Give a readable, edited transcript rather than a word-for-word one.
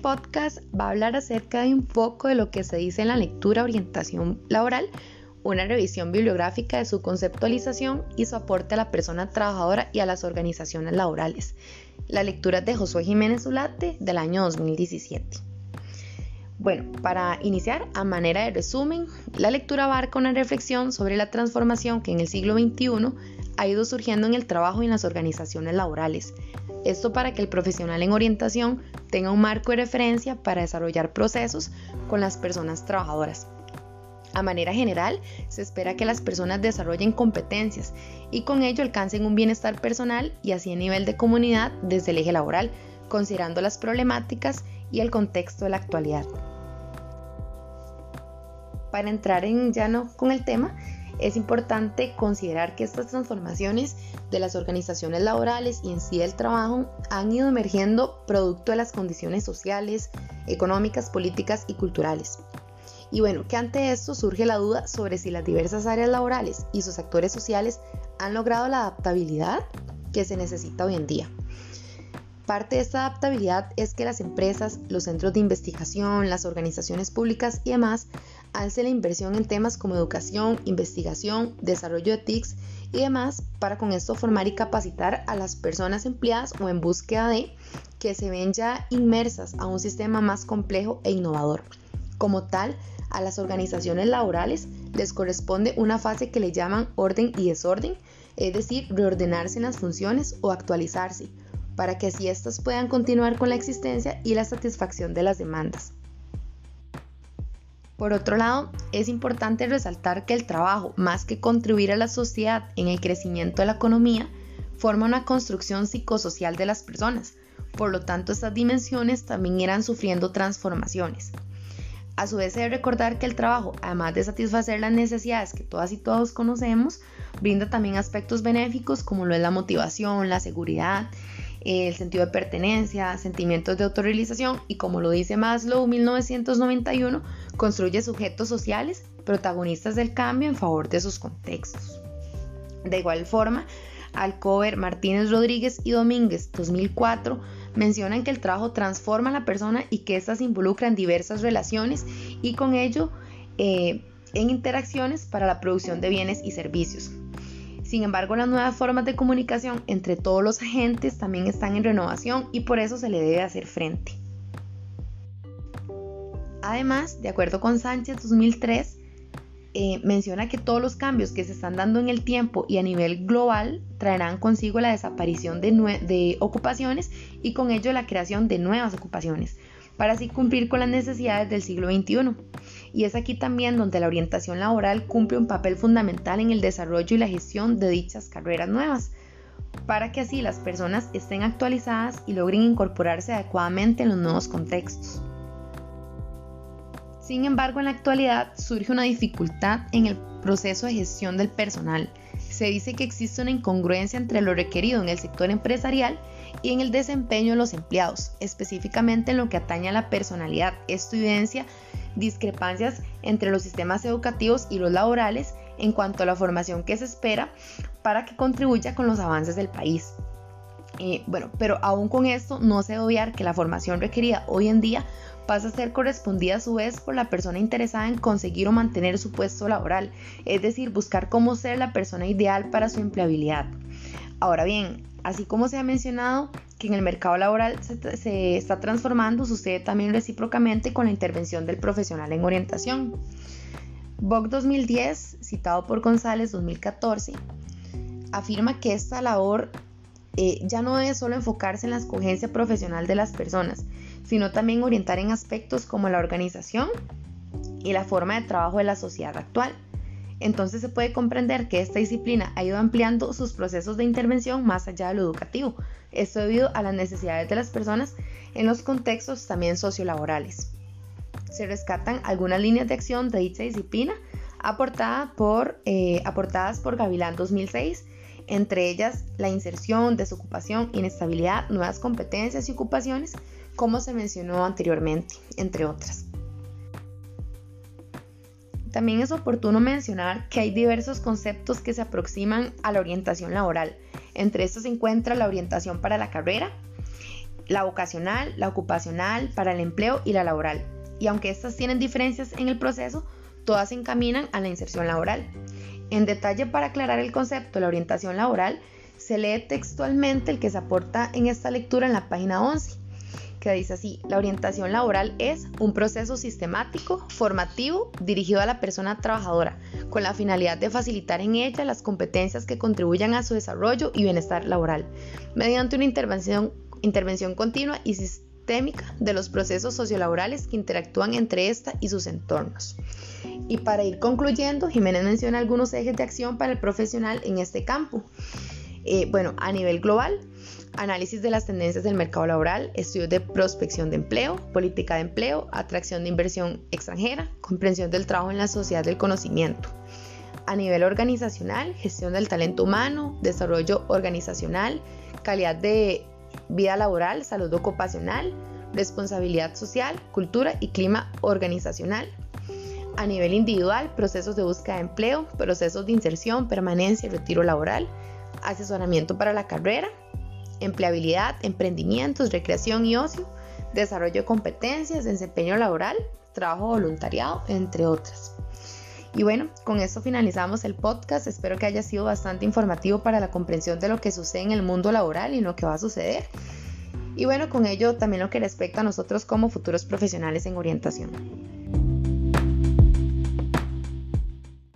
podcast va a hablar acerca de un poco de lo que se dice en la lectura Orientación Laboral, una revisión bibliográfica de su conceptualización y su aporte a la persona trabajadora y a las organizaciones laborales. La lectura es de Josué Jiménez Ulate del año 2017. Bueno, para iniciar, a manera de resumen, la lectura abarca una reflexión sobre la transformación que en el siglo XXI ha ido surgiendo en el trabajo y en las organizaciones laborales. Esto para que el profesional en orientación tenga un marco de referencia para desarrollar procesos con las personas trabajadoras. A manera general, se espera que las personas desarrollen competencias y con ello alcancen un bienestar personal y así a nivel de comunidad desde el eje laboral, considerando las problemáticas y el contexto de la actualidad. Para entrar en llano con el tema, es importante considerar que estas transformaciones de las organizaciones laborales y en sí del trabajo han ido emergiendo producto de las condiciones sociales, económicas, políticas y culturales. Y bueno, que ante esto surge la duda sobre si las diversas áreas laborales y sus actores sociales han logrado la adaptabilidad que se necesita hoy en día. Parte de esta adaptabilidad es que las empresas, los centros de investigación, las organizaciones públicas y demás alcen la inversión en temas como educación, investigación, desarrollo de TICs y demás para con esto formar y capacitar a las personas empleadas o en búsqueda de que se ven ya inmersas a un sistema más complejo e innovador. Como tal, a las organizaciones laborales les corresponde una fase que le llaman orden y desorden, es decir, reordenarse en las funciones o actualizarse, para que así éstas puedan continuar con la existencia y la satisfacción de las demandas. Por otro lado, es importante resaltar que el trabajo, más que contribuir a la sociedad en el crecimiento de la economía, forma una construcción psicosocial de las personas. Por lo tanto, estas dimensiones también irán sufriendo transformaciones. A su vez, se debe recordar que el trabajo, además de satisfacer las necesidades que todas y todos conocemos, brinda también aspectos benéficos como lo es la motivación, la seguridad, el sentido de pertenencia, sentimientos de autorrealización y, como lo dice Maslow 1991, construye sujetos sociales, protagonistas del cambio en favor de sus contextos. De igual forma, Alcover, Martínez Rodríguez y Domínguez 2004 mencionan que el trabajo transforma a la persona y que éstas involucran diversas relaciones y con ello en interacciones para la producción de bienes y servicios. Sin embargo, las nuevas formas de comunicación entre todos los agentes también están en renovación y por eso se le debe hacer frente. Además, de acuerdo con Sánchez 2003, menciona que todos los cambios que se están dando en el tiempo y a nivel global traerán consigo la desaparición de ocupaciones y con ello la creación de nuevas ocupaciones, para así cumplir con las necesidades del siglo XXI. Y es aquí también donde la orientación laboral cumple un papel fundamental en el desarrollo y la gestión de dichas carreras nuevas, para que así las personas estén actualizadas y logren incorporarse adecuadamente en los nuevos contextos. Sin embargo, en la actualidad surge una dificultad en el proceso de gestión del personal. Se dice que existe una incongruencia entre lo requerido en el sector empresarial y en el desempeño de los empleados, específicamente en lo que atañe a la personalidad. Esto evidencia discrepancias entre los sistemas educativos y los laborales en cuanto a la formación que se espera para que contribuya con los avances del país. Pero aún con esto no se debe obviar que la formación requerida hoy en día pasa a ser correspondida a su vez por la persona interesada en conseguir o mantener su puesto laboral, es decir, buscar cómo ser la persona ideal para su empleabilidad. Ahora bien, así como se ha mencionado que en el mercado laboral se está transformando, sucede también recíprocamente con la intervención del profesional en orientación. Bock 2010, citado por González 2014, afirma que esta labor ya no debe solo enfocarse en la escogencia profesional de las personas, sino también orientar en aspectos como la organización y la forma de trabajo de la sociedad actual. Entonces se puede comprender que esta disciplina ha ido ampliando sus procesos de intervención más allá de lo educativo, esto debido a las necesidades de las personas en los contextos también sociolaborales. Se rescatan algunas líneas de acción de dicha disciplina aportadas por Gavilán 2006, entre ellas la inserción, desocupación, inestabilidad, nuevas competencias y ocupaciones, como se mencionó anteriormente, entre otras. También es oportuno mencionar que hay diversos conceptos que se aproximan a la orientación laboral. Entre estos se encuentra la orientación para la carrera, la vocacional, la ocupacional, para el empleo y la laboral. Y aunque estas tienen diferencias en el proceso, todas se encaminan a la inserción laboral. En detalle, para aclarar el concepto de la orientación laboral, se lee textualmente el que se aporta en esta lectura en la página 11, que dice así: la orientación laboral es un proceso sistemático, formativo, dirigido a la persona trabajadora, con la finalidad de facilitar en ella las competencias que contribuyan a su desarrollo y bienestar laboral, mediante una intervención continua y sistémica de los procesos sociolaborales que interactúan entre esta y sus entornos. Y para ir concluyendo, Jiménez menciona algunos ejes de acción para el profesional en este campo. A nivel global, análisis de las tendencias del mercado laboral, estudios de prospección de empleo, política de empleo, atracción de inversión extranjera, comprensión del trabajo en la sociedad del conocimiento. A nivel organizacional, gestión del talento humano, desarrollo organizacional, calidad de vida laboral, salud ocupacional, responsabilidad social, cultura y clima organizacional. A nivel individual, procesos de búsqueda de empleo, procesos de inserción, permanencia y retiro laboral, asesoramiento para la carrera, empleabilidad, emprendimientos, recreación y ocio, desarrollo de competencias, desempeño laboral, trabajo voluntariado, entre otras. Y bueno, con esto finalizamos el podcast. Espero que haya sido bastante informativo para la comprensión de lo que sucede en el mundo laboral y lo que va a suceder. Y bueno, con ello también lo que respecta a nosotros como futuros profesionales en orientación.